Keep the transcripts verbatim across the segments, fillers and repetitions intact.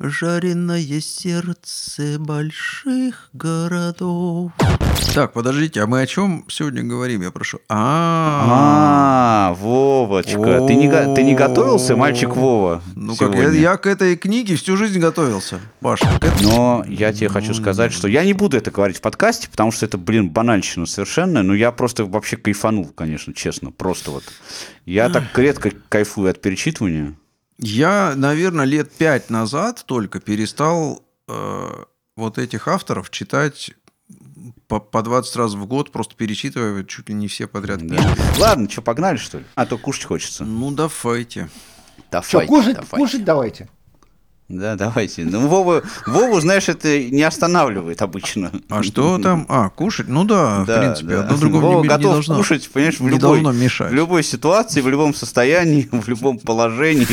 жареное сердце больших городов. Так, подождите, а мы о чем сегодня говорим, я прошу? А, А, Вовочка, ты не, го- ты не готовился, мальчик Вова, Ну как, я, сегодня? я к этой книге всю жизнь готовился, Паша. к этой- Но я тебе хочу сказать, что я не буду это говорить в подкасте, потому что это, блин, банальщина совершенно. Но я просто вообще кайфанул, конечно, честно. Просто вот. Я так редко кайфую от перечитывания. Я, наверное, лет пять назад только перестал э, вот этих авторов читать по, по двадцать раз в год, просто перечитывая чуть ли не все подряд Да. книги. Ладно, что, погнали, что ли? А то кушать хочется. Ну, давайте. Давайте, Что, кушать, давайте. кушать давайте. Да, давайте. Ну, Вову, Вову, знаешь, это не останавливает обычно. А что там? А, кушать? Ну да, Да, в принципе, да. одно другому Вова не, не готов должно, кушать, понимаешь, в не любой, должно мешать. в любой ситуации, в любом состоянии, в любом положении.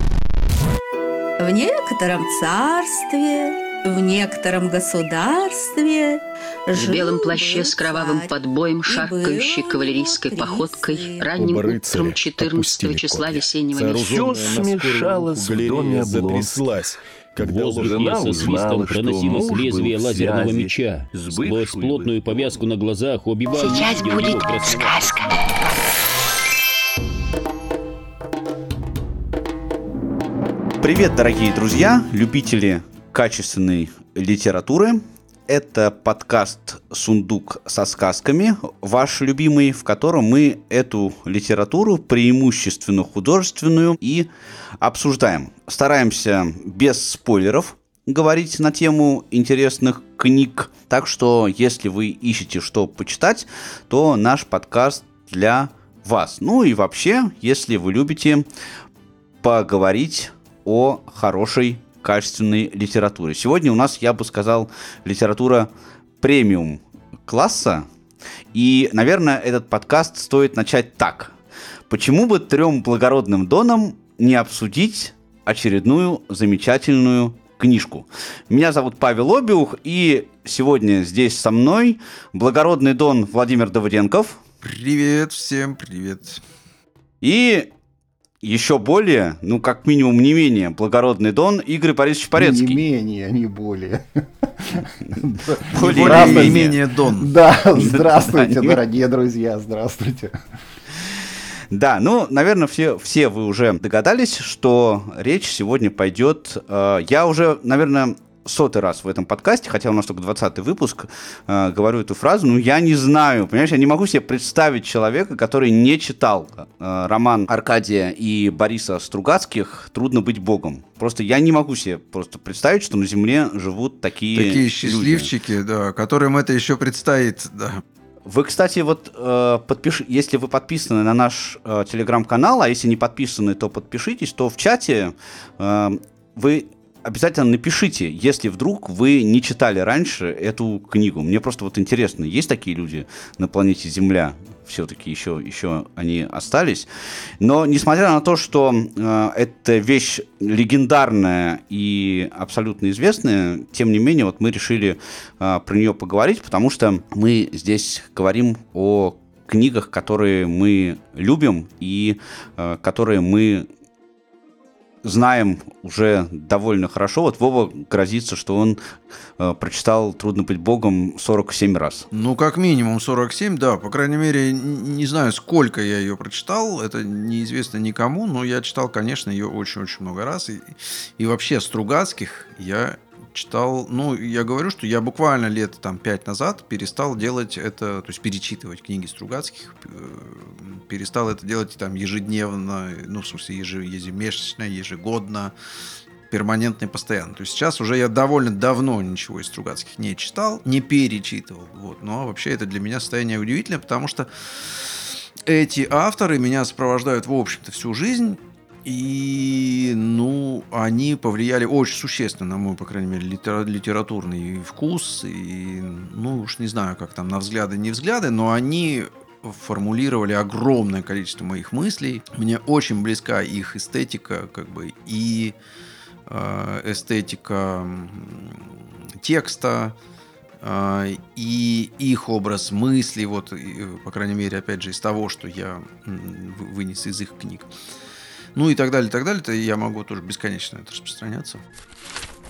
В некотором царстве, в некотором государстве В белом плаще с кровавым подбоем, шаркающей кавалерийской походкой, ранним Оба утром рыцаря четырнадцатого опустили числа копья. весеннего месяца. Сооруженная Все на скорую смешалось руку в галерея доме затряслась, когда В воздухе жена со свистом узнала, что проносилось муж лезвие был в лазерного связи меча. с Сквозь бывшей плотную повязку на глазах убивал. Сейчас будет сказка. Привет, дорогие друзья, любители качественной литературы. Это подкаст «Сундук со сказками», ваш любимый, в котором мы эту литературу, преимущественно художественную, и обсуждаем. Стараемся без спойлеров говорить на тему интересных книг. Так что, если вы ищете, что почитать, то наш подкаст для вас. Ну и вообще, если вы любите поговорить о хорошей, качественной литературе. Сегодня у нас, я бы сказал, литература премиум класса. И, наверное, этот подкаст стоит начать так. Почему бы трем благородным донам не обсудить очередную замечательную книжку? Меня зовут Павел Обиух, и сегодня здесь со мной благородный дон Владимир Давыденков. Привет всем, привет. И еще более, ну, как минимум, не менее благородный дон Игорь Борисович Порецкий. Не менее, не более. Более Более или и менее дон. Да, здравствуйте, Да, дорогие друзья, здравствуйте. Да, ну, наверное, все, все вы уже догадались, что речь сегодня пойдет... Э, я уже, наверное, сотый раз в этом подкасте, хотя у нас только двадцатый выпуск, э, говорю эту фразу, но я не знаю, понимаешь, я не могу себе представить человека, который не читал э, роман Аркадия и Бориса Стругацких «Трудно быть богом». Просто я не могу себе просто представить, что на земле живут такие Такие люди. счастливчики, да, которым это еще предстоит, да. Вы, кстати, вот э, подпиш... если вы подписаны на наш э, телеграм-канал, а если не подписаны, то подпишитесь, то в чате э, вы обязательно напишите, если вдруг вы не читали раньше эту книгу. Мне просто вот интересно, есть такие люди на планете Земля? Все-таки еще, еще они остались. Но несмотря на то, что э, эта вещь легендарная и абсолютно известная, тем не менее, вот мы решили э, про нее поговорить, потому что мы здесь говорим о книгах, которые мы любим и э, которые мы знаем уже довольно хорошо. Вот Вова грозится, что он э, прочитал «Трудно быть богом» сорок семь раз. Ну, как минимум сорок семь, да. По крайней мере, не знаю, сколько я ее прочитал. Это неизвестно никому, но я читал, конечно, ее очень-очень много раз. И, и вообще Стругацких я читал... Ну, я говорю, что я буквально лет там пять назад перестал делать это, то есть перечитывать книги Стругацких, перестал это делать там ежедневно, ну, в смысле, ежемесячно, ежегодно, перманентно и постоянно. То есть сейчас уже я довольно давно ничего из Стругацких не читал, не перечитывал. Вот. Но вообще это для меня состояние удивительное, потому что эти авторы меня сопровождают, в общем-то, всю жизнь. И, ну, они повлияли очень существенно на мой, по крайней мере, литера- литературный вкус. И, ну, уж не знаю, как там на взгляды, не взгляды, но они формулировали огромное количество моих мыслей. Мне очень близка их эстетика, как бы, и э, эстетика текста, э, и их образ мысли, вот, и, по крайней мере, опять же, из того, что я вынес из их книг. Ну и так далее, и так далее. Это я могу тоже бесконечно это распространяться.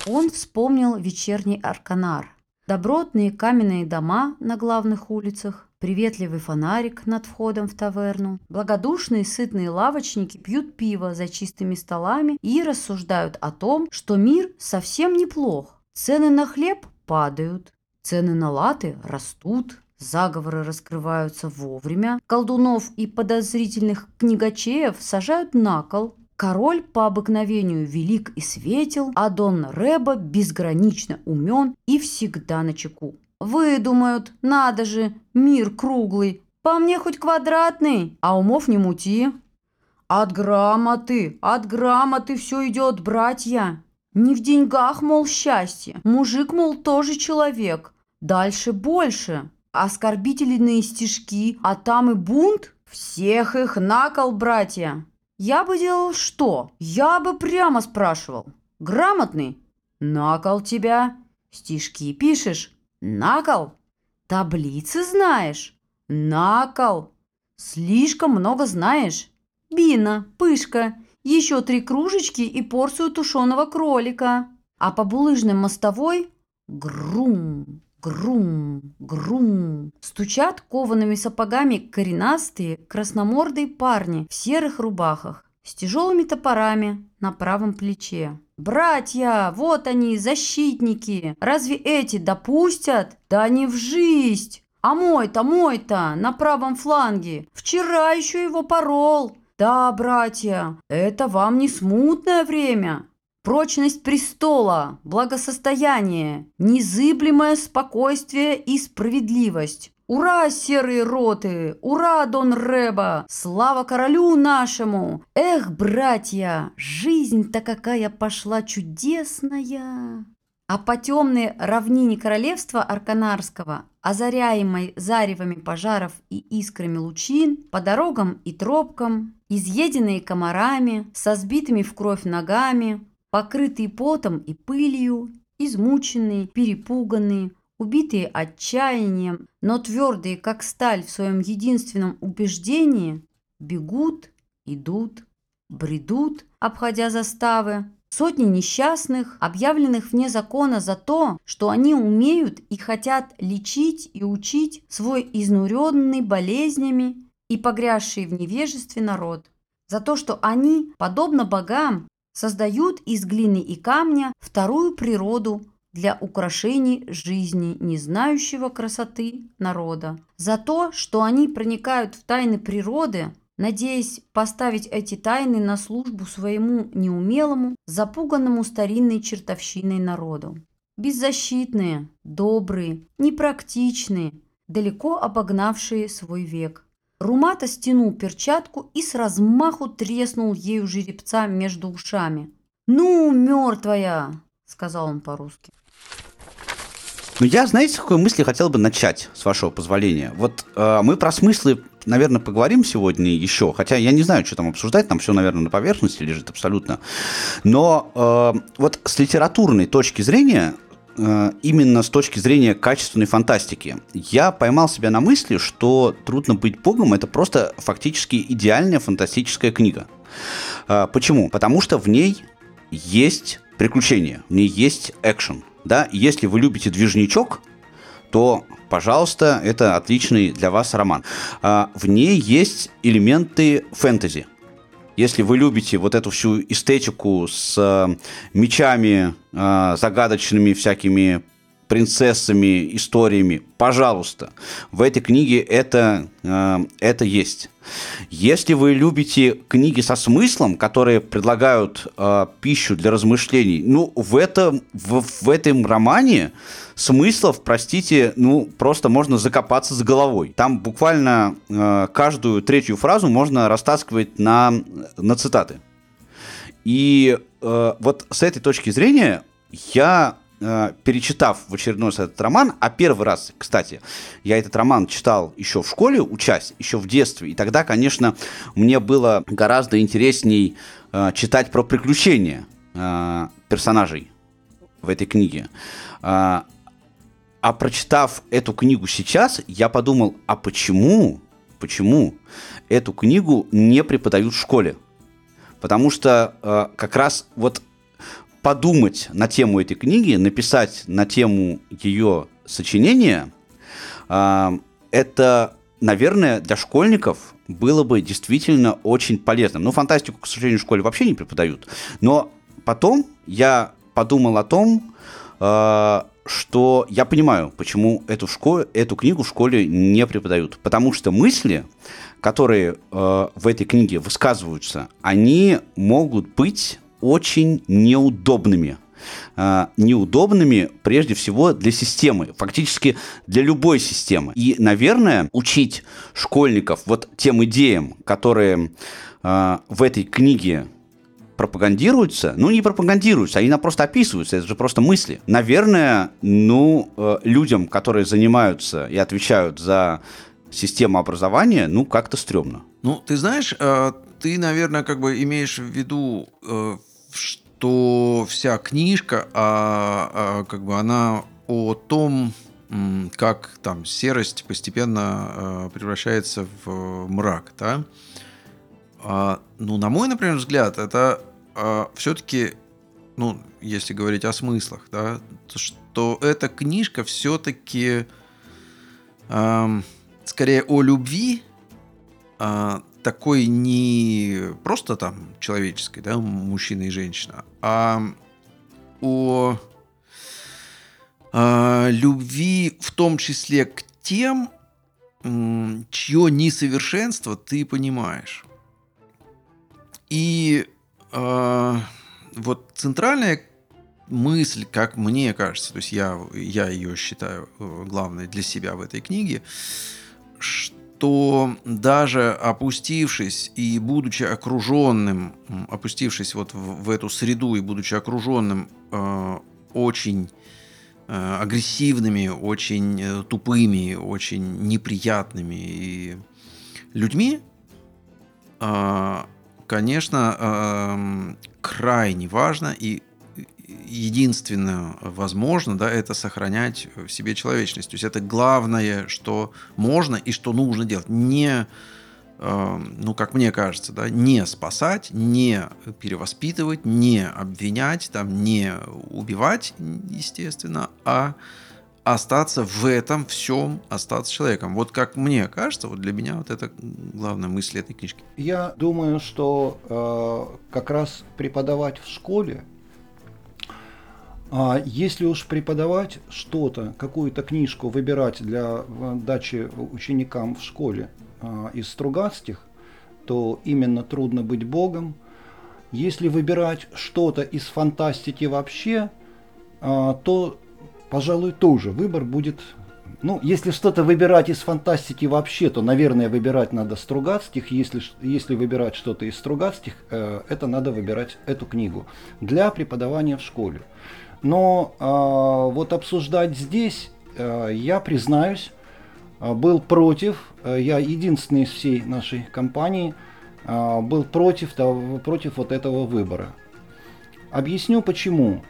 Он вспомнил вечерний Арканар. Добротные каменные дома на главных улицах, приветливый фонарик над входом в таверну. Благодушные сытные лавочники пьют пиво за чистыми столами и рассуждают о том, что мир совсем неплох. Цены на хлеб падают, цены на латы растут, заговоры раскрываются вовремя, колдунов и подозрительных книгачеев сажают на кол. Король по обыкновению велик и светел, а Дон Рэбо безгранично умен и всегда начеку. Выдумают, надо же, мир круглый, по мне хоть квадратный, а умов не мути. От грамоты, от грамоты все идет, братья. Не в деньгах, мол, счастье, мужик, мол, тоже человек, дальше больше. Оскорбительные стишки, а там и бунт, всех их на кол, братья. Я бы делал что? Я бы прямо спрашивал. Грамотный? На кол тебя. Стишки пишешь? На кол. Таблицы знаешь? На кол. Слишком много знаешь? Бина, пышка, еще три кружечки и порцию тушеного кролика. А по булыжной мостовой грум, грум, грум. Стучат коваными сапогами коренастые, красномордые парни в серых рубахах с тяжелыми топорами на правом плече. «Братья, вот они, защитники! Разве эти допустят? Да не в жизнь! А мой-то, мой-то, на правом фланге! Вчера еще его порол! Да, братья, это вам не смутное время!» Прочность престола, благосостояние, незыблемое спокойствие и справедливость. Ура, серые роты! Ура, Дон Рэбо! Слава королю нашему! Эх, братья, жизнь-то какая пошла чудесная! А по темной равнине королевства Арканарского, озаряемой заревами пожаров и искрами лучин, по дорогам и тропкам, изъеденные комарами, со сбитыми в кровь ногами, покрытые потом и пылью, измученные, перепуганные, убитые отчаянием, но твердые, как сталь в своем единственном убеждении, бегут, идут, бредут, обходя заставы. Сотни несчастных, объявленных вне закона за то, что они умеют и хотят лечить и учить свой изнуренный болезнями и погрязший в невежестве народ. За то, что они, подобно богам, создают из глины и камня вторую природу для украшений жизни не знающего красоты народа. За то, что они проникают в тайны природы, надеясь поставить эти тайны на службу своему неумелому, запуганному старинной чертовщиной народу. Беззащитные, добрые, непрактичные, далеко обогнавшие свой век. Румата стянул перчатку и с размаху треснул ею жеребца между ушами. «Ну, мертвая!» — сказал он по-русски. Ну, я, знаете, с какой мысли хотел бы начать, с вашего позволения. Вот э, мы про смыслы, наверное, поговорим сегодня еще, хотя я не знаю, что там обсуждать, там все, наверное, на поверхности лежит абсолютно. Но э, вот с литературной точки зрения, э, именно с точки зрения качественной фантастики, я поймал себя на мысли, что «Трудно быть богом» — это просто фактически идеальная фантастическая книга. Э, почему? Потому что в ней есть приключения, в ней есть экшен. Да, если вы любите движничок, то, пожалуйста, это отличный для вас роман. А, в ней есть элементы фэнтези. Если вы любите вот эту всю эстетику с а, мечами, а, загадочными всякими принцессами, историями, пожалуйста, в этой книге это, а, это есть. Если вы любите книги со смыслом, которые предлагают э, пищу для размышлений, ну, в этом, в, в этом романе смыслов, простите, ну, просто можно закопаться с головой. Там буквально э, каждую третью фразу можно растаскивать на, на цитаты. И э, вот с этой точки зрения я... перечитав в очередной раз этот роман, а первый раз, кстати, я этот роман читал еще в школе, учась, еще в детстве, и тогда, конечно, мне было гораздо интересней э, читать про приключения э, персонажей в этой книге. Э, а прочитав эту книгу сейчас, я подумал, а почему, почему эту книгу не преподают в школе? Потому что э, как раз вот подумать на тему этой книги, написать на тему ее сочинения, это, наверное, для школьников было бы действительно очень полезным. Ну, фантастику, к сожалению, в школе вообще не преподают. Но потом я подумал о том, что я понимаю, почему эту, школе, эту книгу в школе не преподают. Потому что мысли, которые в этой книге высказываются, они могут быть очень неудобными. неудобными прежде всего для системы, фактически для любой системы. И, наверное, учить школьников вот тем идеям, которые э, в этой книге пропагандируются, ну не пропагандируются, они просто описываются, это же просто мысли. Наверное, ну, э, людям, которые занимаются и отвечают за систему образования, ну, как-то стрёмно. Ну, ты знаешь, э, ты, наверное, как бы имеешь в виду, э, что то вся книжка, а, а, как бы она о том, как там серость постепенно а, превращается в мрак, да? А, ну, на мой, например, взгляд, это а, все-таки, ну, если говорить о смыслах, да, то что эта книжка все-таки а, скорее о любви, а, такой не просто там человеческой, да, мужчина и женщина, а о, о любви в том числе к тем, чье несовершенство ты понимаешь. И э, вот центральная мысль, как мне кажется, то есть я, я ее считаю главной для себя в этой книге, что то даже опустившись и будучи окруженным, опустившись вот в, в эту среду и будучи окруженным э, очень э, агрессивными, очень э, тупыми, очень неприятными и людьми, э, конечно, э, крайне важно и единственное возможно, да, это сохранять в себе человечность. То есть это главное, что можно и что нужно делать. Не, э, ну, как мне кажется, да, не спасать, не перевоспитывать, не обвинять, там, не убивать, естественно, а остаться в этом всем, остаться человеком. Вот как мне кажется, вот для меня вот это главная мысль этой книжки. Я думаю, что э, как раз преподавать в школе, А если уж преподавать что-то, какую-то книжку выбирать для дачи ученикам в школе а, из Стругацких, то именно «Трудно быть Богом». Если выбирать что-то из фантастики вообще, а, то, пожалуй, тоже выбор будет... Ну, если что-то выбирать из фантастики вообще, то, наверное, выбирать надо Стругацких. Если, если выбирать что-то из Стругацких, э, это надо выбирать эту книгу для преподавания в школе. Но э, вот обсуждать здесь, э, я признаюсь, э, был против, э, я единственный из всей нашей компании э, был против, того, против вот этого выбора. Объясню почему.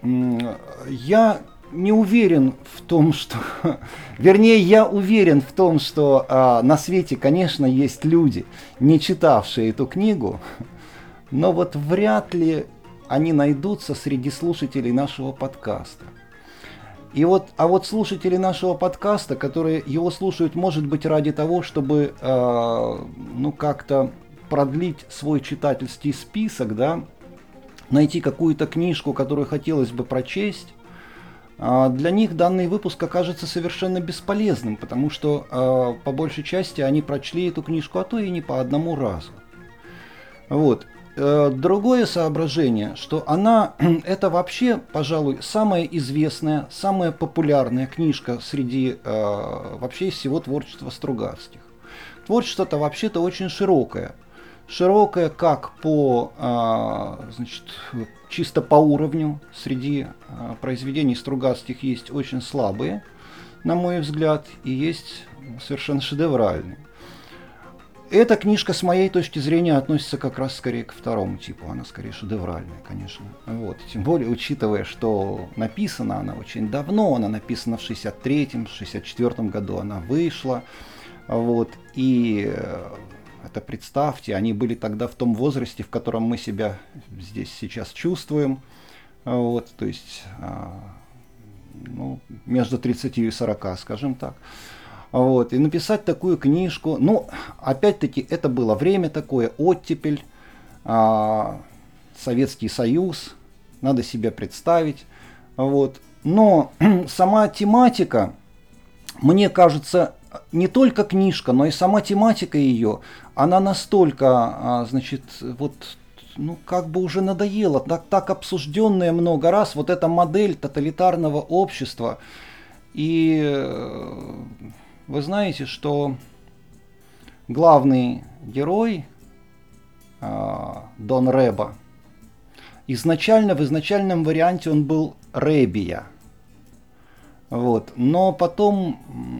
Я не уверен в том, что... Вернее, я уверен в том, что э, на свете, конечно, есть люди, не читавшие эту книгу, но вот вряд ли... они найдутся среди слушателей нашего подкаста. И вот, а вот слушатели нашего подкаста, которые его слушают, может быть, ради того, чтобы э, ну, как-то продлить свой читательский список, да, найти какую-то книжку, которую хотелось бы прочесть, э, для них данный выпуск окажется совершенно бесполезным, потому что э, по большей части они прочли эту книжку, а то и не по одному разу. Вот. Другое соображение, что она, это вообще, пожалуй, самая известная, самая популярная книжка среди э, вообще всего творчества Стругацких. Творчество-то вообще-то очень широкое. Широкое как по, э, значит, чисто по уровню. Среди э, произведений Стругацких есть очень слабые, на мой взгляд, и есть совершенно шедевральные. Эта книжка, с моей точки зрения, относится как раз скорее к второму типу. Она скорее шедевральная, конечно. Вот. Тем более, учитывая, что написана она очень давно. Она написана в шестьдесят третьем, шестьдесят четвёртом году она вышла. Вот. И это, представьте, они были тогда в том возрасте, в котором мы себя здесь сейчас чувствуем. Вот, то есть ну, между тридцатью и сорока, скажем так. Вот, и написать такую книжку, ну, опять-таки, это было время такое, оттепель, а, Советский Союз, надо себе представить. Вот. Но сама тематика, мне кажется, не только книжка, но и сама тематика ее, она настолько, а, значит, вот, ну, как бы уже надоела, так, так обсужденная много раз, вот эта модель тоталитарного общества. И вы знаете, что главный герой а, Дон Рэба, изначально, в изначальном варианте он был Рэбия. Вот. Но потом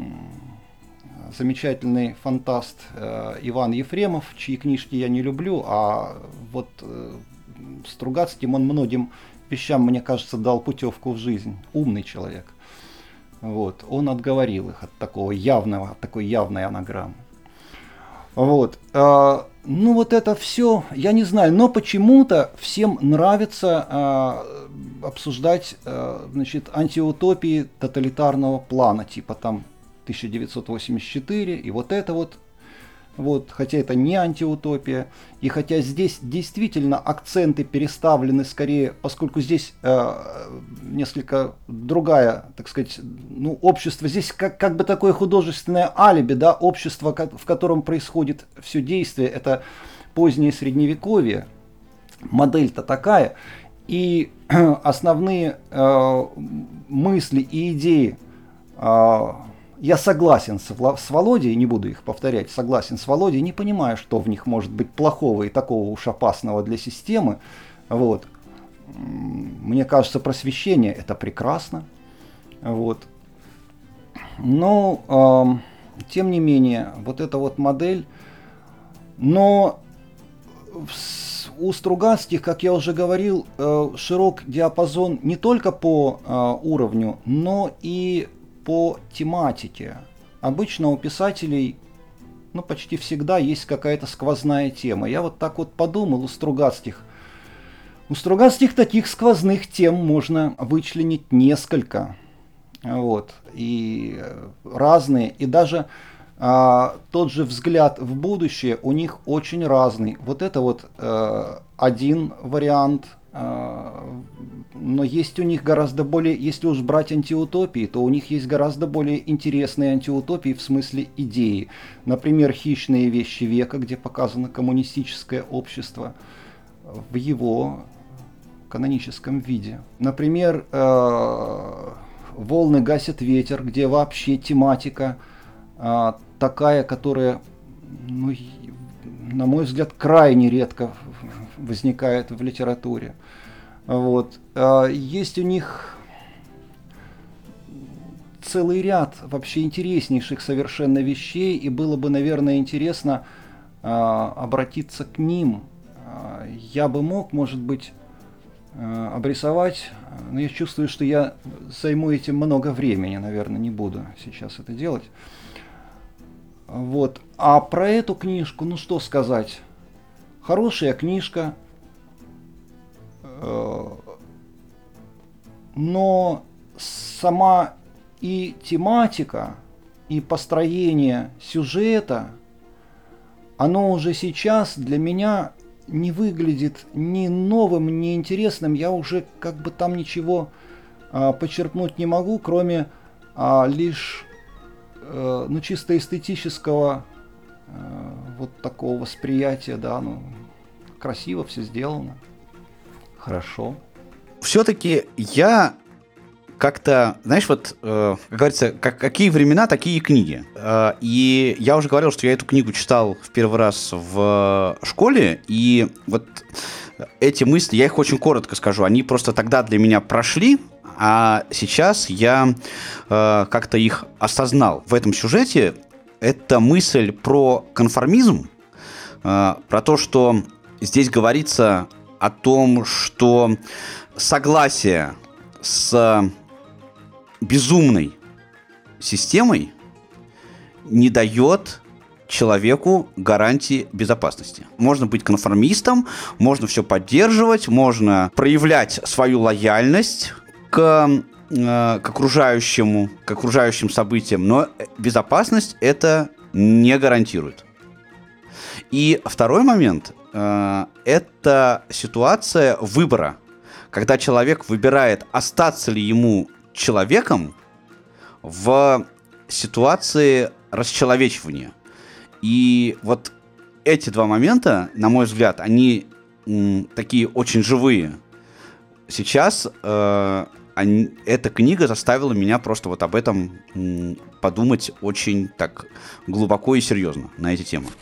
замечательный фантаст э, Иван Ефремов, чьи книжки я не люблю, а вот э, Стругацким он многим вещам, мне кажется, дал путевку в жизнь. Умный человек. Вот. Он отговорил их от такого явного, от такой явной анаграммы. Вот. Э, ну вот это все, я не знаю, но почему-то всем нравится э, обсуждать э, значит, антиутопии тоталитарного плана, типа там тысяча девятьсот восемьдесят четыре и вот это вот, вот, хотя это не антиутопия, и хотя здесь действительно акценты переставлены скорее, поскольку здесь э, несколько другая, так сказать, ну, общество, здесь как, как бы такое художественное алиби, да, общество, в котором происходит все действие, это позднее средневековье, модель-то такая, и основные э, мысли и идеи э, я согласен с, с Володей, не буду их повторять, согласен с Володей, не понимаю, что в них может быть плохого и такого уж опасного для системы. Вот. Мне кажется, просвещение это прекрасно. Вот. Но, э, тем не менее, вот эта вот модель, но у Стругацких, как я уже говорил, э, широк диапазон не только по э, уровню, но и по тематике. Обычно у писателей, ну, почти всегда есть какая-то сквозная тема. Я вот так вот подумал у Стругацких. У Стругацких таких сквозных тем можно вычленить несколько. Вот. И разные. И даже а, тот же взгляд в будущее у них очень разный. Вот это вот а, один вариант. Но есть у них гораздо более, если уж брать антиутопии, то у них есть гораздо более интересные антиутопии в смысле идеи. Например, «Хищные вещи века», где показано коммунистическое общество в его каноническом виде. Например, «Волны гасят ветер», где вообще тематика такая, которая, ну, на мой взгляд, крайне редко возникает в литературе. Вот. Есть у них целый ряд вообще интереснейших совершенно вещей, и было бы, наверное, интересно обратиться к ним. Я бы мог, может быть, обрисовать, но я чувствую, что я займу этим много времени, наверное, не буду сейчас это делать. Вот. А про эту книжку, ну что сказать? Хорошая книжка, но сама и тематика, и построение сюжета, оно уже сейчас для меня не выглядит ни новым, ни интересным. Я уже как бы там ничего а, почерпнуть не могу, кроме а, лишь а, ну, чисто эстетического вот такого восприятия, да, ну, красиво все сделано, хорошо. Все-таки я как-то, знаешь, вот, э, как говорится, как, какие времена, такие книги. Э, и я уже говорил, что я эту книгу читал в первый раз в школе, и вот эти мысли, я их очень коротко скажу, они просто тогда для меня прошли, а сейчас я э, как-то их осознал. В этом сюжете это мысль про конформизм, э, про то, что здесь говорится о том, что согласие с безумной системой не дает человеку гарантии безопасности. Можно быть конформистом, можно все поддерживать, можно проявлять свою лояльность к, э, к окружающему, к окружающим событиям, но безопасность это не гарантирует. И второй момент э, – это ситуация выбора, когда человек выбирает, остаться ли ему человеком в ситуации расчеловечивания. И вот эти два момента, на мой взгляд, они м, такие очень живые. Сейчас э, они, эта книга заставила меня просто вот об этом м, подумать очень так глубоко и серьезно на эти темы.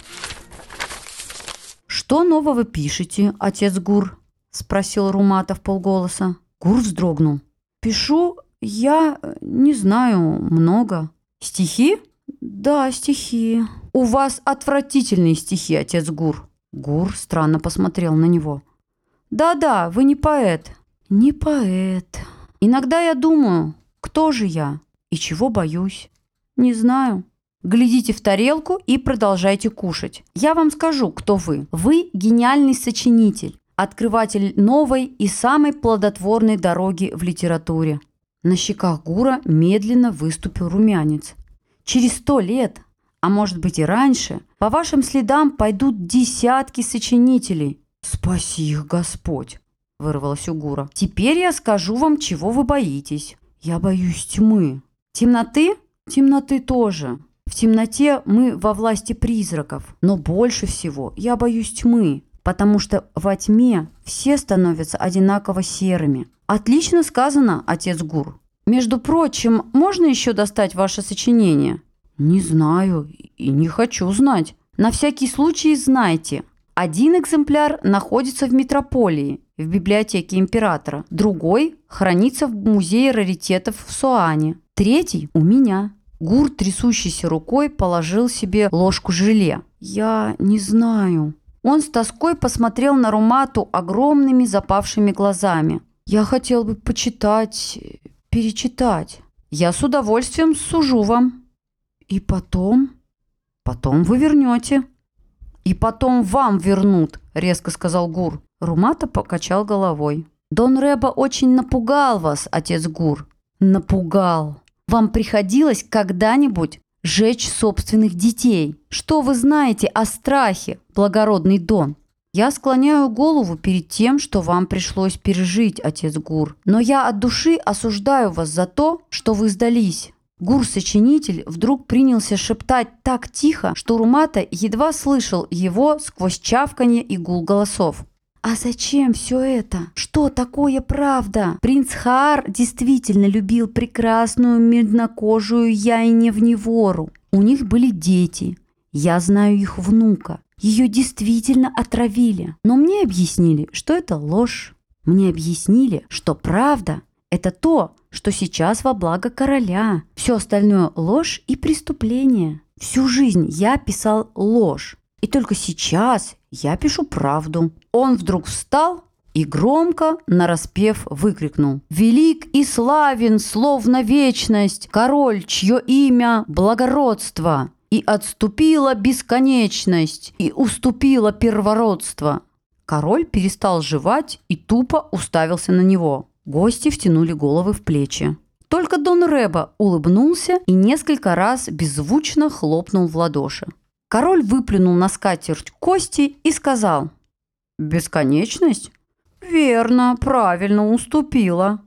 «Что нового пишете, отец Гур?» – спросил Румата вполголоса. Гур вздрогнул. «Пишу, я не знаю, много. Стихи? Да, стихи. У вас отвратительные стихи, отец Гур». Гур странно посмотрел на него. «Да-да, вы не поэт». «Не поэт. Иногда я думаю, кто же я и чего боюсь? Не знаю». Глядите в тарелку и продолжайте кушать. Я вам скажу, кто вы. Вы гениальный сочинитель, открыватель новой и самой плодотворной дороги в литературе. На щеках Гура медленно выступил румянец. Через сто лет, а может быть и раньше, по вашим следам пойдут десятки сочинителей. Спаси их Господь, вырвалось у Гура. Теперь я скажу вам, чего вы боитесь. Я боюсь тьмы. Темноты? Темноты тоже. В темноте мы во власти призраков, но больше всего я боюсь тьмы, потому что во тьме все становятся одинаково серыми. Отлично сказано, отец Гур. Между прочим, можно еще достать ваше сочинение? Не знаю и не хочу знать. На всякий случай знайте. Один экземпляр находится в метрополии, в библиотеке императора. Другой хранится в музее раритетов в Суане. Третий у меня. Гур, трясущейся рукой, положил себе ложку желе. «Я не знаю». Он с тоской посмотрел на Румату огромными запавшими глазами. «Я хотел бы почитать, перечитать. Я с удовольствием сужу вам». «И потом?» «Потом вы вернете». «И потом вам вернут», — резко сказал Гур. Румата покачал головой. «Дон Рэба очень напугал вас, отец Гур». «Напугал. Вам приходилось когда-нибудь жечь собственных детей? Что вы знаете о страхе, благородный Дон?» «Я склоняю голову перед тем, что вам пришлось пережить, отец Гур. Но я от души осуждаю вас за то, что вы сдались». Гур-сочинитель вдруг принялся шептать так тихо, что Румата едва слышал его сквозь чавканье и гул голосов. «А зачем все это? Что такое правда? Принц Хаар действительно любил прекрасную меднокожую Яйневнивору. У них были дети. Я знаю их внука. Ее действительно отравили. Но мне объяснили, что это ложь. Мне объяснили, что правда – это то, что сейчас во благо короля. Все остальное – ложь и преступление. Всю жизнь я писал ложь. И только сейчас я пишу правду». Он вдруг встал и громко, нараспев, выкрикнул: «Велик и славен, словно вечность, король, чье имя благородство, и отступила бесконечность, и уступила первородство». Король перестал жевать и тупо уставился на него. Гости втянули головы в плечи. Только Дон Рэба улыбнулся и несколько раз беззвучно хлопнул в ладоши. Король выплюнул на скатерть кости и сказал: «Бесконечность? Верно, правильно, уступила.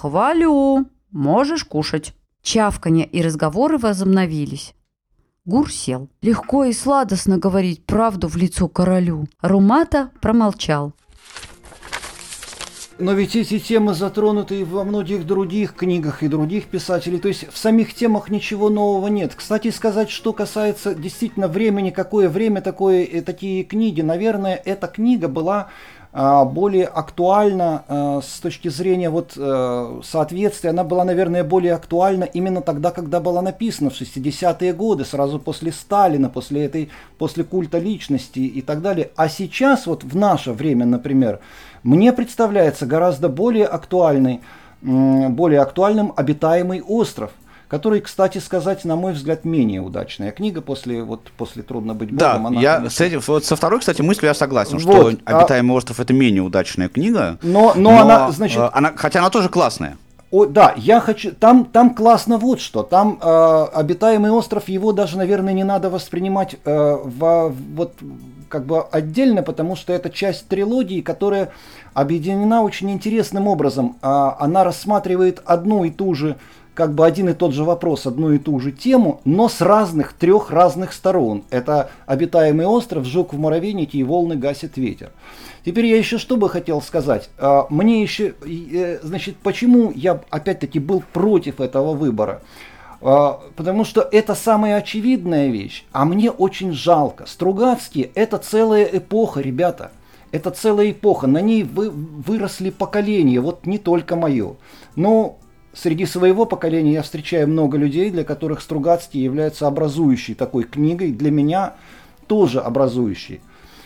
Хвалю, можешь кушать». Чавканье и разговоры возобновились. Гур сел. Легко и сладостно говорить правду в лицо королю. Румата промолчал. Но ведь эти темы затронуты и во многих других книгах и других писателей. То есть в самих темах ничего нового нет. Кстати сказать, что касается действительно времени, какое время такое, и такие книги. Наверное, эта книга была а, более актуальна а, с точки зрения вот, а, соответствия. Она была, наверное, более актуальна именно тогда, когда была написана, в шестидесятые годы, сразу после Сталина, после, этой, после культа личности и так далее. А сейчас, вот в наше время, например, мне представляется гораздо более актуальный, более актуальным обитаемый остров, который, кстати сказать, на мой взгляд, менее удачная книга после, вот, после «Трудно быть Да, Богом». Она, я конечно... с этим, вот со второй, кстати, мыслью я согласен, Вот, что «Обитаемый остров» — это менее удачная книга, но, но, но она, значит... она, хотя она тоже классная. О, да, я хочу. Там, там классно вот что. Там э, обитаемый остров, его даже, наверное, не надо воспринимать э, в, вот как бы отдельно, потому что это часть трилогии, которая объединена очень интересным образом. А, она рассматривает одну и ту же, как бы один и тот же вопрос, одну и ту же тему, но с разных, трех разных сторон. Это обитаемый остров, жук в муравейнике и волны гасит ветер. Теперь я еще что бы хотел сказать. Мне еще, значит, почему я опять-таки был против этого выбора? Потому что это самая очевидная вещь, а мне очень жалко. Стругацкие – это целая эпоха, ребята. Это целая эпоха, на ней вы, выросли поколения, вот не только мое. Но среди своего поколения я встречаю много людей, для которых Стругацкие являются образующей такой книгой, для меня тоже образующей.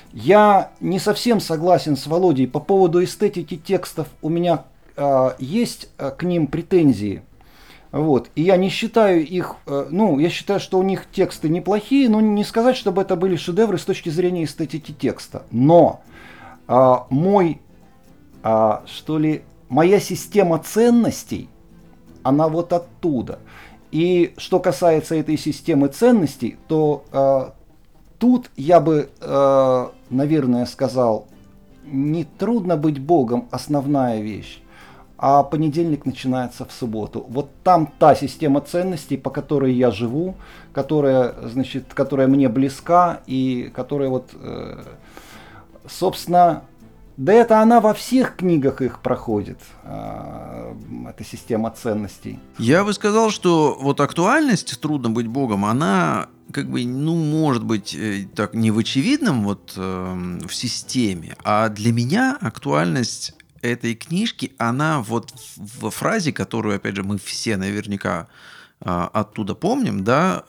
Я не совсем согласен с Володей по поводу эстетики текстов. У меня э, есть э, к ним претензии. Вот. И я не считаю их, э, ну, я считаю, что у них тексты неплохие, но не сказать, чтобы это были шедевры с точки зрения эстетики текста. Но э, мой, э, что ли, моя система ценностей, она вот оттуда. И что касается этой системы ценностей, то э, тут я бы, э, наверное, сказал, не трудно быть Богом, основная вещь, а понедельник начинается в субботу. Вот там та система ценностей, по которой я живу, которая, значит, которая мне близка и которая вот, э, собственно, да это она во всех книгах их проходит, э, эта система ценностей. Я бы сказал, что вот актуальность «Трудно быть Богом», она как бы, ну, может быть, так не в очевидном вот э, в системе, а для меня актуальность этой книжки, она вот в фразе, которую, опять же, мы все наверняка э, оттуда помним, да,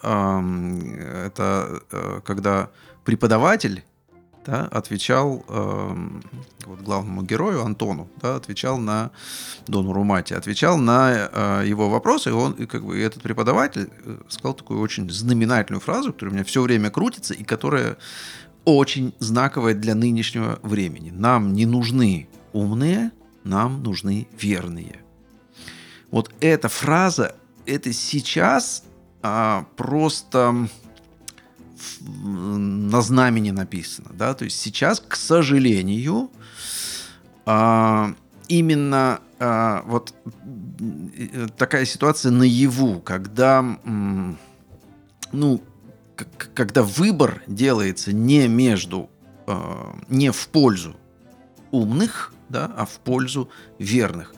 э, это э, когда преподаватель, да, отвечал э, вот главному герою Антону, да, отвечал на Дону Румате, отвечал на э, его вопросы, и он, и как бы и этот преподаватель сказал такую очень знаменательную фразу, которая у меня все время крутится и которая очень знаковая для нынешнего времени. Нам не нужны умные, нам нужны верные. Вот эта фраза, это сейчас а, просто на знамени написано, да, то есть сейчас, к сожалению, а, именно а, вот такая ситуация наяву, когда, ну, к- когда выбор делается не между, а, не в пользу умных, да, а в пользу верных.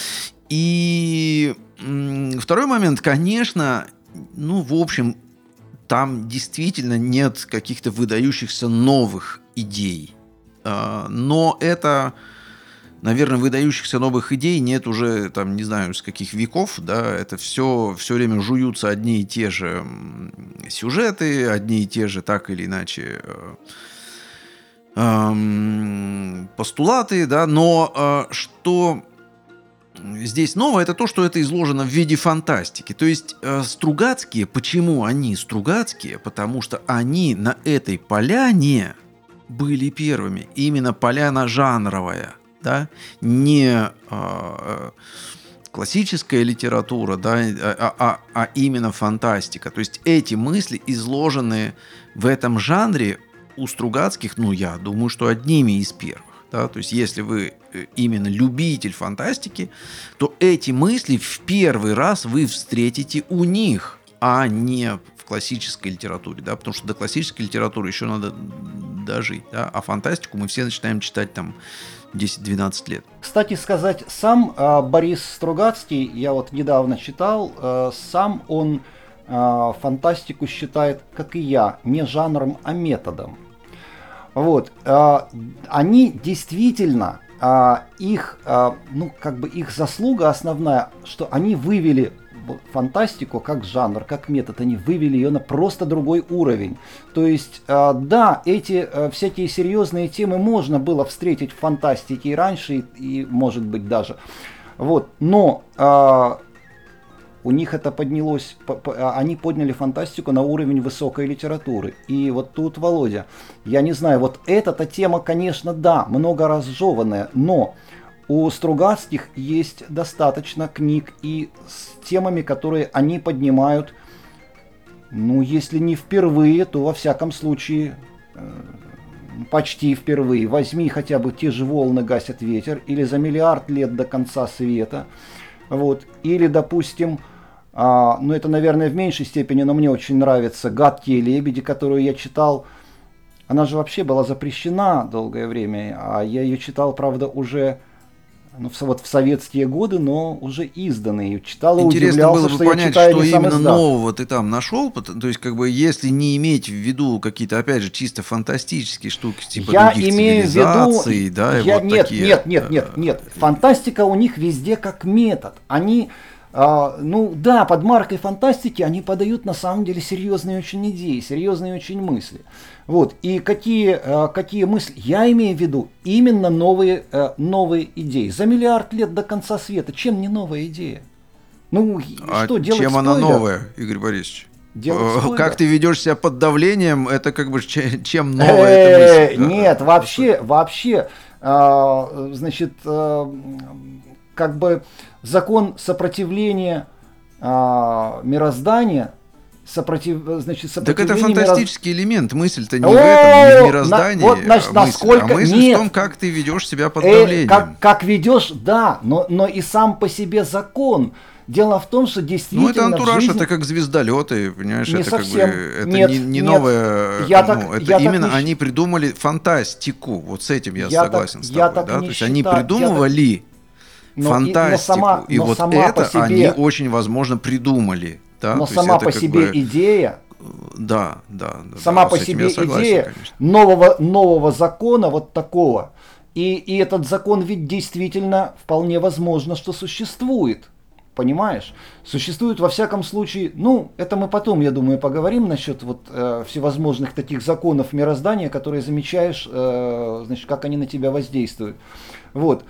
И м, второй момент, конечно, ну, в общем, там действительно нет каких-то выдающихся новых идей. А, но это, наверное, выдающихся новых идей нет уже, там, не знаю, с каких веков, да, это все, все время жуются одни и те же м, сюжеты, одни и те же, так или иначе, э, эм, постулаты, да, но э, что здесь новое, это то, что это изложено в виде фантастики. То есть э, Стругацкие, почему они Стругацкие? Потому что они на этой поляне были первыми. Именно поляна жанровая, да, не э, классическая литература, да, а, а, а именно фантастика. То есть эти мысли изложены в этом жанре у Стругацких, ну, я думаю, что одними из первых. Да? То есть если вы именно любитель фантастики, то эти мысли в первый раз вы встретите у них, а не в классической литературе, да, потому что до классической литературы еще надо дожить, да, а фантастику мы все начинаем читать там десять-двенадцать лет. Кстати сказать, сам э, Борис Стругацкий, я вот недавно читал, э, сам он э, фантастику считает, как и я, не жанром, а методом. Вот, э, они действительно, э, их, э, ну, как бы их заслуга основная, что они вывели фантастику как жанр, как метод, они вывели ее на просто другой уровень. То есть, э, да, эти э, всякие серьезные темы можно было встретить в фантастике и раньше, и, и может быть даже. Вот, но э, у них это поднялось, они подняли фантастику на уровень высокой литературы. И вот тут, Володя, я не знаю, вот эта тема, конечно, да, много разжеванная, но у Стругацких есть достаточно книг и с темами, которые они поднимают, ну, если не впервые, то во всяком случае почти впервые. Возьми хотя бы те же «Волны гасят ветер» или «За миллиард лет до конца света». Вот. Или, допустим, а, ну это, наверное, в меньшей степени, но мне очень нравится «Гадкие лебеди», которую я читал. Она же вообще была запрещена долгое время, а я ее читал, правда, уже ну, в, вот в советские годы, но уже изданные. Читал и Интересно удивлялся, было бы что понять, я читаю что не сам именно издат. нового ты там нашел. То есть, как бы, если не иметь в виду какие-то, опять же, чисто фантастические штуки, типа я других имею цивилизаций, в виду, да, и я, вот нет, такие. нет, нет, нет, нет. Фантастика у них везде как метод. Они, а, ну да, под маркой фантастики они подают на самом деле серьезные очень идеи, серьезные очень мысли. Вот, и какие, а, какие мысли, я имею в виду именно новые, а, новые идеи. За миллиард лет до конца света, чем не новая идея? Ну, А что делать чем она спойлер? новая, Игорь Борисович? Делать спойлер? Как ты ведешь себя под давлением, это как бы че- чем новая Э, эта мысль? Нет, вообще, вообще, а, значит, а, как бы закон сопротивления а, мироздания, сопротив, значит, Так сопротивление это мироз- фантастический элемент. Мысль-то не О, в этом, не в на- мироздании, вот, значит, а мысль, насколько- а мысль нет. в том, как ты ведешь себя под Э, давлением. как, как ведешь, да, но, но и сам по себе закон. Дело в том, что действительно Ну, это антураж, в жизни... это как звездолеты, понимаешь, Не это совсем. как бы это Нет, не, не нет. новое, Я ну, так- это я так именно не щ- они придумали фантастику, вот с этим я, Я согласен так- с я тобой, так да, не то есть они считаю. Я придумывали Но и- но фантастику, сама- и но вот сама по это себе- они очень возможно придумали, да, Но то есть сама это по как себе бы- идея, да, да, да, сама да, по с этим себе я согласен, идея конечно. нового, нового закона вот такого. И, и этот закон ведь действительно вполне возможно, что существует. Понимаешь? Существует во всяком случае, ну, это мы потом, я думаю, поговорим насчет вот э, всевозможных таких законов мироздания, которые замечаешь, э, значит, как они на тебя воздействуют. Вот.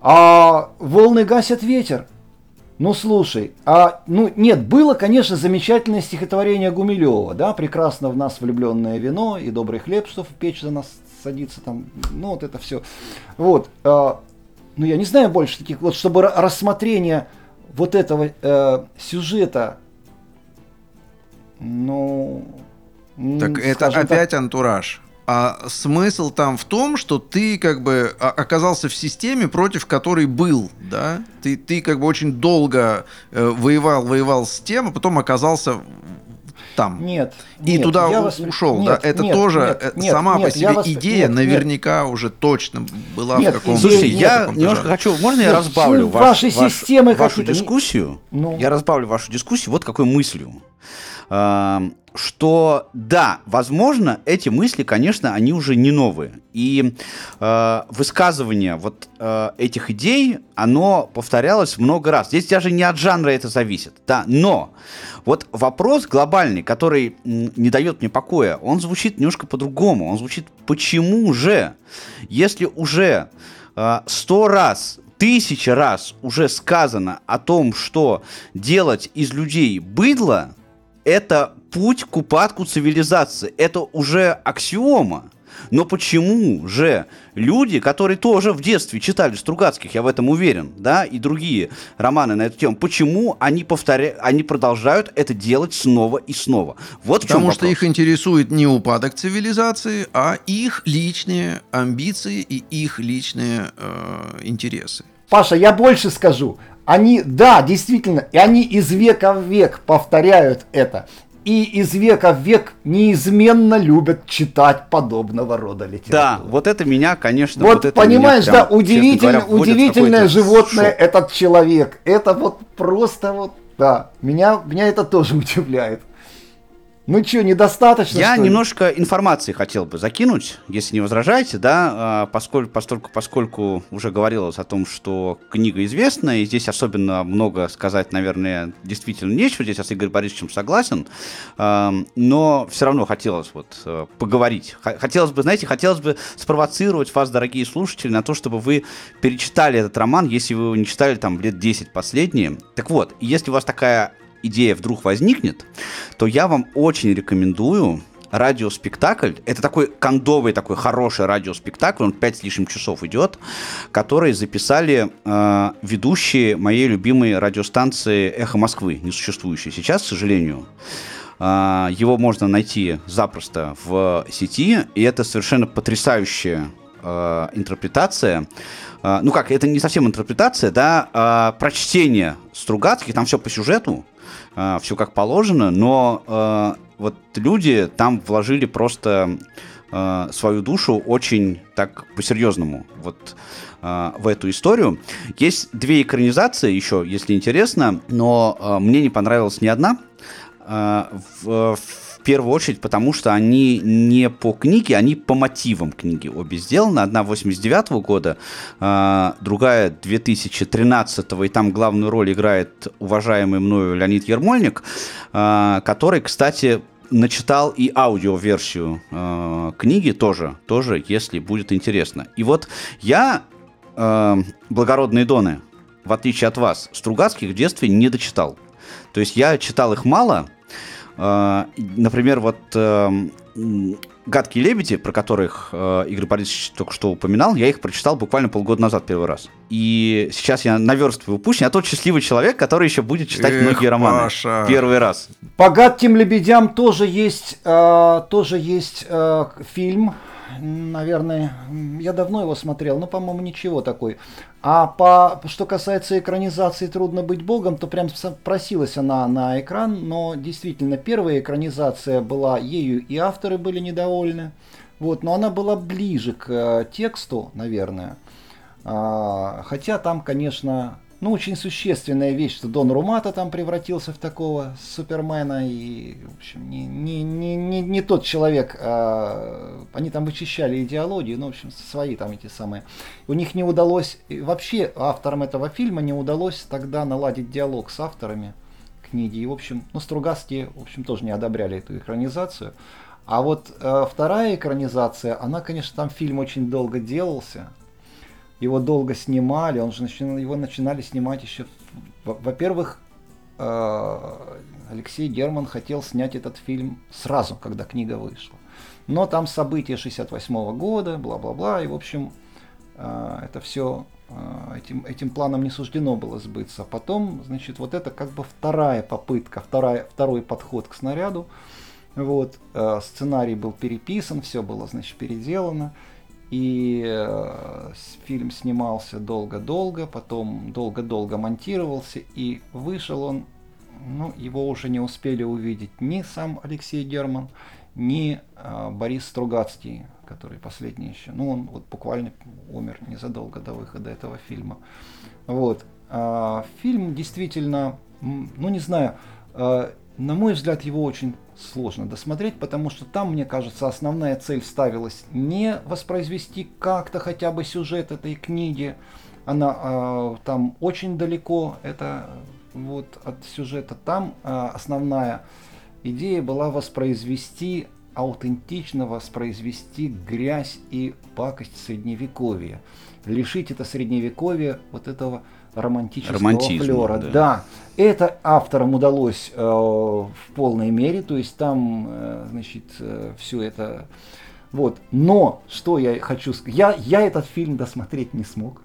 А волны гасят ветер. Ну, слушай, а, ну, нет, было, конечно, замечательное стихотворение Гумилева, да, прекрасно в нас влюбленное вино и добрый хлеб, что в печь за нас садится там, ну, вот это все. Вот, а, ну, я не знаю больше таких, вот, чтобы ра- рассмотрение вот этого э, сюжета, ну... м, Так это скажем опять так, антураж. А смысл там в том, что ты как бы о- оказался в системе, против которой был, да? Ты, ты как бы очень долго э, воевал, воевал с тем, а потом оказался там. Нет. И нет, туда я у- вас- ушел, нет, да? Это нет, тоже нет, э, нет, сама нет, по я себе вас- идея нет, нет. наверняка уже точно была Нет, в каком-то... Слушайте, нет, я каком-то немножко жанре. хочу, можно я Нет, разбавлю ну, ваш- ваши ваш- системы вашу какие-то. дискуссию? Ну. Я разбавлю вашу дискуссию вот какой мыслью. А, что да, возможно, эти мысли, конечно, они уже не новые. И э, высказывание вот э, этих идей, оно повторялось много раз. Здесь даже не от жанра это зависит. Да, но вот вопрос глобальный, который м, не дает мне покоя, он звучит немножко по-другому. Он звучит, почему же, если уже э, сто раз, тысячи раз уже сказано о том, что делать из людей быдло, это путь к упадку цивилизации. Это уже аксиома. Но почему же люди, которые тоже в детстве читали Стругацких, я в этом уверен, да, и другие романы на эту тему, почему они повторяют, они продолжают это делать снова и снова? Вот в чем Потому вопрос. что их интересует не упадок цивилизации, а их личные амбиции и их личные э, интересы. Паша, я больше скажу. Они, да, действительно, и они из века в век повторяют это. И из века в век неизменно любят читать подобного рода литературу. Да, вот это меня, конечно... Вот, это понимаешь, меня да, прям, честно удивительно, говоря, вводит в удивительное какой-то животное шок. этот человек. Это вот просто вот, да, меня, меня это тоже удивляет. Ну что, недостаточно, Я что ли? немножко информации хотел бы закинуть, если не возражаете, да, поскольку, поскольку, поскольку уже говорилось о том, что книга известна, и здесь особенно много сказать, наверное, действительно нечего, здесь я с Игорем Борисовичем согласен, но все равно хотелось вот поговорить. Хотелось бы, знаете, хотелось бы спровоцировать вас, дорогие слушатели, на то, чтобы вы перечитали этот роман, если вы его не читали там лет десять последние. Так вот, если у вас такая идея вдруг возникнет, то я вам очень рекомендую радиоспектакль. Это такой кондовый, такой хороший радиоспектакль, он пять с лишним часов идет, который записали э, ведущие моей любимой радиостанции «Эхо Москвы», несуществующей сейчас, к сожалению. Э, его можно найти запросто в сети, и это совершенно потрясающая э, интерпретация. Э, ну как, это не совсем интерпретация, да, а прочтение Стругацких, там все по сюжету, э, все как положено, но э, вот люди там вложили просто э, свою душу очень так по-серьезному вот э, в эту историю. Есть две экранизации еще, если интересно, но э, мне не понравилась ни одна. Э, в, в первую очередь, потому что они не по книге, они по мотивам книги обе сделаны. Одна восемьдесят девятого года, э, другая две тысячи тринадцатого, и там главную роль играет уважаемый мною Леонид Ермольник, э, который, кстати, начитал и аудиоверсию э, книги тоже, тоже, если будет интересно. И вот я, э, «Благородные доны», в отличие от вас, Стругацких в детстве не дочитал. То есть я читал их мало. Э, например, вот э, «Гадкие лебеди», про которых э, Игорь Борисович только что упоминал, я их прочитал буквально полгода назад первый раз. И сейчас я наверстываю путь. Я тот счастливый человек, который еще будет читать Эх, многие романы. Паша. Первый раз. По «Гадким лебедям» тоже есть, э, тоже есть э, фильм, наверное, я давно его смотрел, но, по-моему, ничего такой. А по, что касается экранизации «Трудно быть богом», то прям просилась она на экран, но действительно первая экранизация была, ею и авторы были недовольны, вот, но она была ближе к э, тексту, наверное, а, хотя там, конечно... Ну, очень существенная вещь, что Дон Румата там превратился в такого Супермена, и, в общем, не, не, не, не, не тот человек, а, они там вычищали идеологию, ну, в общем, свои там эти самые. У них не удалось, вообще авторам этого фильма не удалось тогда наладить диалог с авторами книги, и, в общем, ну, Стругацкие, в общем, тоже не одобряли эту экранизацию. А вот э, вторая экранизация, она, конечно, там фильм очень долго делался. Его долго снимали, он же начинал, его начинали снимать еще... Во-первых, Алексей Герман хотел снять этот фильм сразу, когда книга вышла. Но там события шестьдесят восьмого года, бла-бла-бла, и, в общем, это все, этим, этим планом не суждено было сбыться. Потом, значит, вот это как бы вторая попытка, вторая, второй подход к снаряду. Вот, сценарий был переписан, все было, значит, переделано. И э, фильм снимался долго-долго, потом долго-долго монтировался, и вышел он, ну, его уже не успели увидеть ни сам Алексей Герман, ни э, Борис Стругацкий, который последний еще, ну, он вот буквально умер незадолго до выхода этого фильма. Вот. А, фильм действительно, ну, не знаю, э, на мой взгляд, его очень сложно досмотреть, потому что там, мне кажется, основная цель ставилась не воспроизвести как-то хотя бы сюжет этой книги, она э, там очень далеко, это вот от сюжета, там э, основная идея была воспроизвести, аутентично воспроизвести грязь и пакость средневековья, лишить это средневековье вот этого романтического Романтизма, флера. да. Да, это авторам удалось э, в полной мере, то есть там, э, значит, э, все это, вот. Но что я хочу сказать, я я этот фильм досмотреть не смог,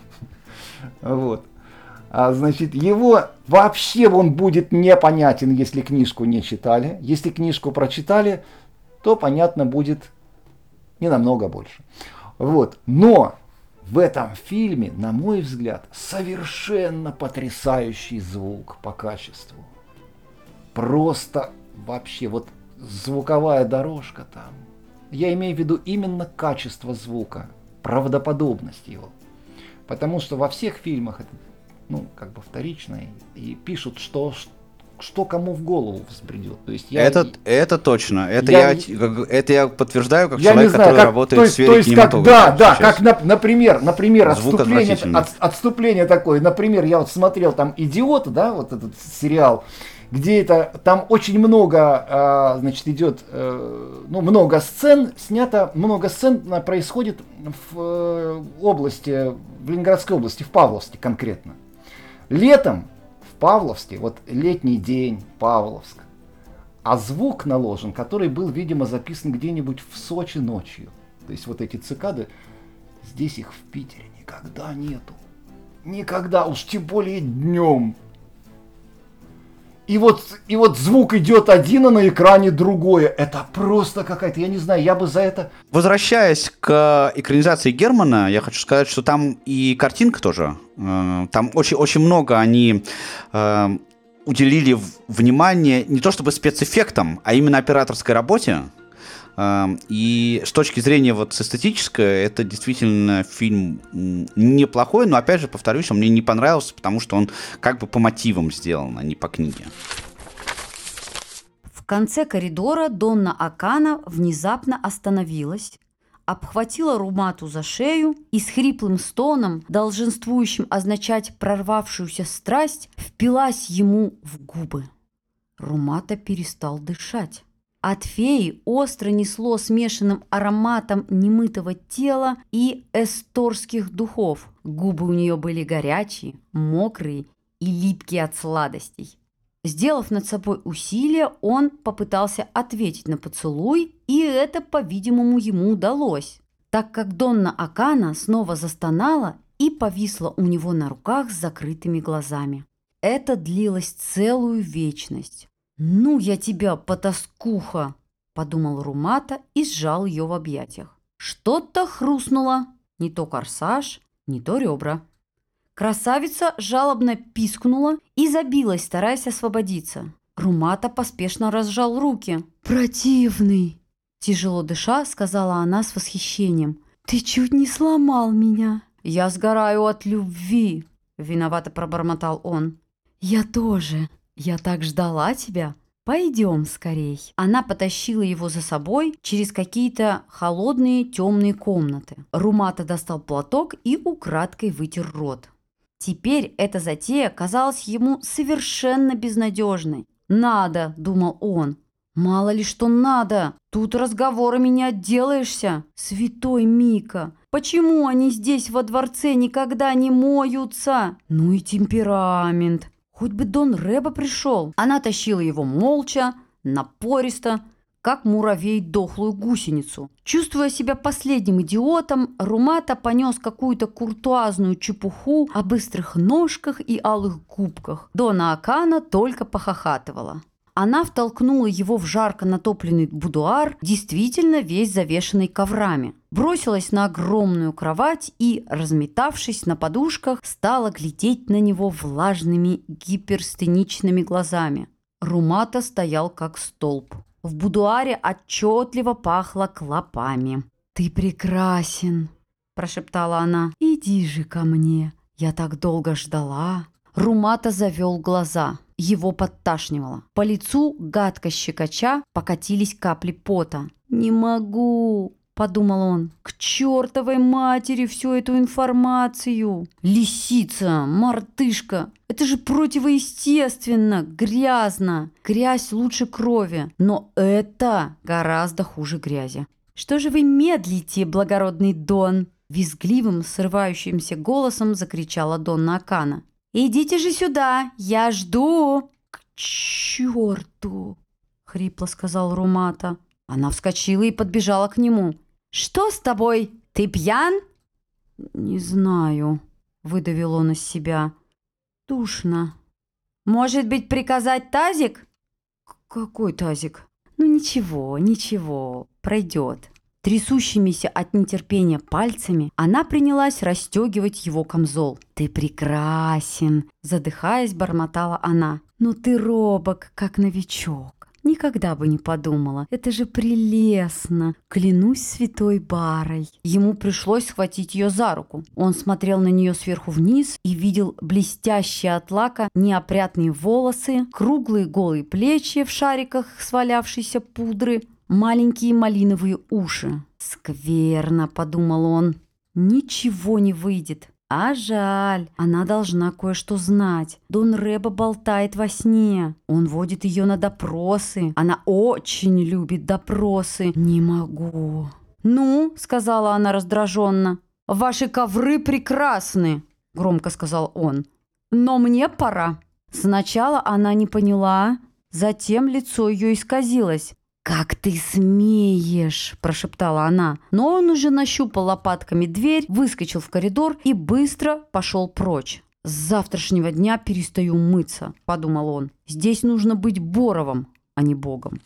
вот. А, значит, его вообще он будет непонятен, если книжку не читали. Если книжку прочитали, то понятно будет не намного больше. Вот. Но в этом фильме, на мой взгляд, совершенно потрясающий звук по качеству. Просто вообще вот звуковая дорожка там. Я имею в виду именно качество звука, правдоподобность его. Потому что во всех фильмах это, ну, как бы вторично, и пишут, что, что кому в голову взбредет. То есть я, это, это точно. Это я, я, это я подтверждаю, как я человек, знаю, который как, работает то есть, в сфере то есть, кинематографа. Как, да, да, сейчас. как, на, например, например Звук отступление, отвратительный. от, отступление такое. Например, я вот смотрел там «Идиот», да, вот этот сериал, где это, там очень много, а, значит, идет, а, ну, много сцен, снято, много сцен происходит в а, области, в Ленинградской области, в Павловске конкретно. Летом в Павловске, вот летний день, Павловск, а звук наложен, который был, видимо, записан где-нибудь в Сочи ночью. То есть вот эти цикады, здесь их в Питере никогда нету. Никогда, уж тем более днем. И вот, и вот звук идет один, а на экране другое. Это просто какая-то, я не знаю, я бы за это... Возвращаясь к экранизации Германа, я хочу сказать, что там и картинка тоже. Там очень, очень много они э, уделили внимание не то чтобы спецэффектам, а именно операторской работе. И с точки зрения вот эстетической, это действительно фильм неплохой, но опять же, повторюсь, он мне не понравился, потому что он как бы по мотивам сделан, а не по книге. В конце коридора Донна Акана внезапно остановилась, обхватила Румату за шею и с хриплым стоном, долженствующим означать прорвавшуюся страсть, впилась ему в губы. Румата перестал дышать. От феи остро несло смешанным ароматом немытого тела и эсторских духов. Губы у нее были горячие, мокрые и липкие от сладостей. Сделав над собой усилие, он попытался ответить на поцелуй, и это, по-видимому, ему удалось, так как Донна Акана снова застонала и повисла у него на руках с закрытыми глазами. Это длилось целую вечность. «Ну, я тебя, потаскуха!» – подумал Румата и сжал ее в объятиях. Что-то хрустнуло, не то корсаж, не то ребра. Красавица жалобно пискнула и забилась, стараясь освободиться. Румата поспешно разжал руки. «Противный!» – тяжело дыша, сказала она с восхищением. «Ты чуть не сломал меня!» «Я сгораю от любви!» – виновато пробормотал он. «Я тоже!» «Я так ждала тебя. Пойдем скорей». Она потащила его за собой через какие-то холодные темные комнаты. Румата достал платок и украдкой вытер рот. Теперь эта затея казалась ему совершенно безнадежной. «Надо», — думал он. «Мало ли что надо. Тут разговорами не отделаешься. Святой Мика, почему они здесь во дворце никогда не моются? Ну и темперамент». Хоть бы Дон Рэба пришел. Она тащила его молча, напористо, как муравей дохлую гусеницу. Чувствуя себя последним идиотом, Румата понес какую-то куртуазную чепуху о быстрых ножках и алых губках. Донна Акана только похохатывала. Она втолкнула его в жарко натопленный будуар, действительно весь завешенный коврами. Бросилась на огромную кровать и, разметавшись на подушках, стала глядеть на него влажными гиперстеничными глазами. Румата стоял как столб. В будуаре отчетливо пахло клопами. «Ты прекрасен!» – прошептала она. «Иди же ко мне! Я так долго ждала!» Румата завел глаза. Его подташнивало. По лицу, гадко щекоча, покатились капли пота. «Не могу!» – подумал он. «К чертовой матери всю эту информацию! Лисица, мартышка! Это же противоестественно, грязно! Грязь лучше крови, но это гораздо хуже грязи!» «Что же вы медлите, благородный Дон?» – визгливым, срывающимся голосом закричала Донна Акана. «Идите же сюда, я жду!» «К черту!» — хрипло сказал Румата. Она вскочила и подбежала к нему. «Что с тобой? Ты пьян?» «Не знаю», — выдавил он из себя. «Душно». «Может быть, приказать тазик?» «Какой тазик?» «Ну ничего, ничего, пройдет». Трясущимися от нетерпения пальцами она принялась расстегивать его камзол. «Ты прекрасен!» – задыхаясь, бормотала она. «Ну ты робок, как новичок. Никогда бы не подумала. Это же прелестно! Клянусь святой Барой!» Ему пришлось схватить ее за руку. Он смотрел на нее сверху вниз и видел блестящие от лака неопрятные волосы, круглые голые плечи в шариках свалявшейся пудры, маленькие малиновые уши. «Скверно», — подумал он. «Ничего не выйдет. А жаль, она должна кое-что знать. Дон Рэба болтает во сне. Он водит ее на допросы. Она очень любит допросы. Не могу». «Ну», — сказала она раздраженно. «Ваши ковры прекрасны», — громко сказал он. «Но мне пора». Сначала она не поняла, затем лицо ее исказилось. «Как ты смеешь!» – прошептала она. Но он уже нащупал лопатками дверь, выскочил в коридор и быстро пошел прочь. «С завтрашнего дня перестаю мыться», – подумал он. «Здесь нужно быть Боровым, а не Богом».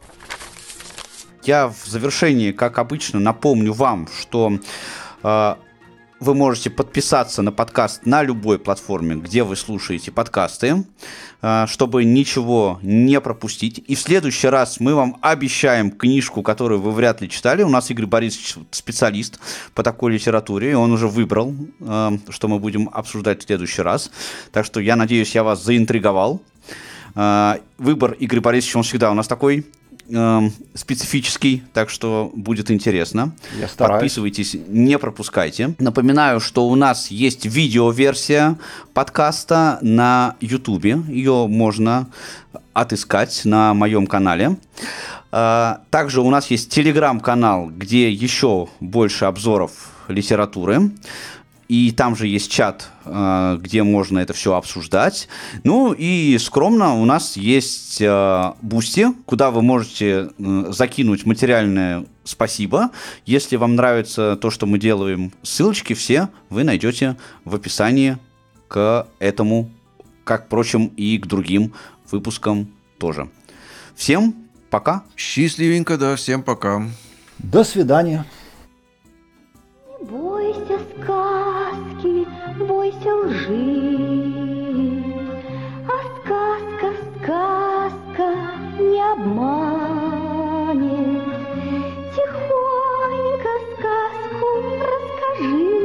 Я в завершении, как обычно, напомню вам, что э, вы можете подписаться на подкаст на любой платформе, где вы слушаете подкасты, э, чтобы ничего не пропустить. И в следующий раз мы вам обещаем книжку, которую вы вряд ли читали. У нас Игорь Борисович специалист по такой литературе, и он уже выбрал, э, что мы будем обсуждать в следующий раз. Так что я надеюсь, я вас заинтриговал. Э, выбор Игоря Борисовича, он всегда у нас такой специфический, так что будет интересно. Я стараюсь. Подписывайтесь, не пропускайте. Напоминаю, что у нас есть видеоверсия подкаста на Ютубе. Ее можно отыскать на моем канале. Также у нас есть телеграм-канал, где еще больше обзоров литературы. И там же есть чат, где можно это все обсуждать. Ну и скромно у нас есть Бусти, куда вы можете закинуть материальное спасибо. Если вам нравится то, что мы делаем, ссылочки все вы найдете в описании к этому, как, впрочем, и к другим выпускам тоже. Всем пока. Счастливенько, да, всем пока. До свидания. Не бойся сказки, бойся лжи, а сказка, сказка не обманет. Тихонько сказку расскажи,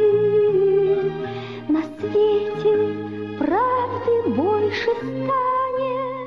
на свете правды больше станет.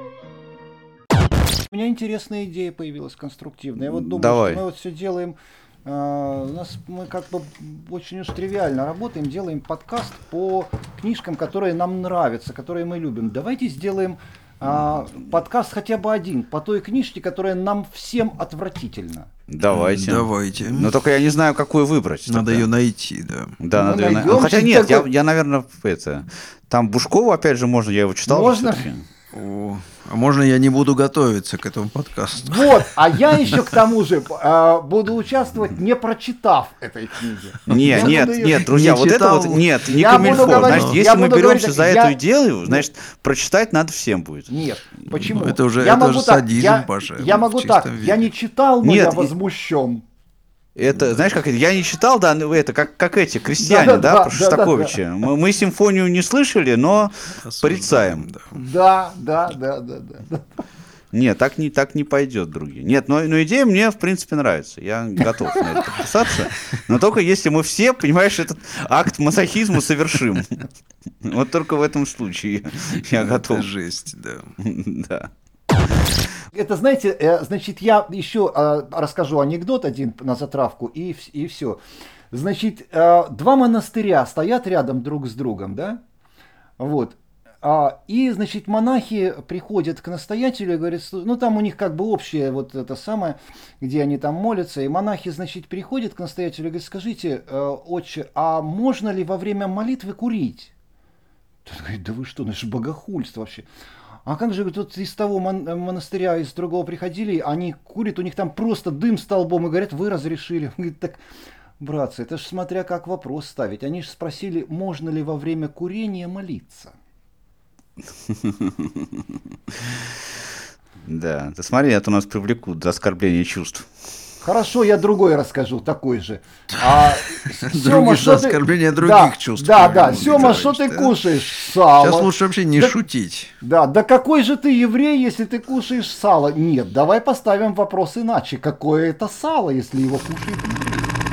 У меня интересная идея появилась, конструктивная. Я вот думаю, Давай. что мы вот все делаем. Uh, у нас мы как бы очень уж тривиально работаем, делаем подкаст по книжкам, которые нам нравятся, которые мы любим. Давайте сделаем uh, подкаст хотя бы один по той книжке, которая нам всем отвратительна. Давайте. Давайте. Но только я не знаю, какую выбрать. Надо тогда. ее найти, да. Да, Ну, надо ее найдем найти. Хотя нет, такой- я, я, наверное, это... Там Бушкову, опять же, можно, я его читал. Можно? всё-таки. О, а можно я не буду готовиться к этому подкасту? Вот, а я еще к тому же uh, буду участвовать, не прочитав этой книги. Не, Я нет, буду её- нет, друзья, Не вот читал. это вот, нет, не Я буду камильфо. говорить- Значит, я если мы буду говорить беремся так, за я- эту идею, значит, прочитать надо всем будет. Нет, почему? Ну, это уже- я это могу уже так, садизм, я, Паша, я в могу чистом так, виде. я не читал, но Нет, я и- возмущен. Это, знаешь, как это, я не читал, да, ну, это, как, как эти крестьяне, да, Да-да-да, про Шостаковича. Мы, мы симфонию не слышали, но порицаем. Да. Да, да, да, да, да, да. Нет, так не, так не пойдет, другие. Нет, но, но идея мне, в принципе, нравится. Я готов на это подписаться. Но только если мы все, понимаешь, этот акт мазохизма совершим. Вот только в этом случае я готов. Это жесть, да. Да. Это, знаете, э, значит, я еще э, расскажу анекдот один на затравку, и, вс- и все. Значит, э, два монастыря стоят рядом друг с другом, да? Вот. А, и, значит, монахи приходят к настоятелю и говорят, что- ну, там у них как бы общее вот это самое, где они там молятся. И монахи, значит, приходят к настоятелю и говорят, скажите, э, отче, а можно ли во время молитвы курить? Тот говорит, да вы что, ну это же богохульство вообще. А как же тут из того мон- монастыря, из другого приходили, они курят, у них там просто дым столбом, и говорят, вы разрешили. Он говорит, так, братцы, это же смотря как вопрос ставить. Они же спросили, можно ли во время курения молиться. Да, ты смотри, это у нас привлекут за оскорбление чувств. Хорошо, я другой расскажу, такой же. А, Другие же оскорбления других да, чувств. Да, да, Игорь Сема, что ты Николаевич, да. кушаешь? Сало. Сейчас лучше вообще не Да- шутить. Да, да какой же ты еврей, если ты кушаешь сало? Нет, давай поставим вопрос иначе. Какое это сало, если его кушает еврей?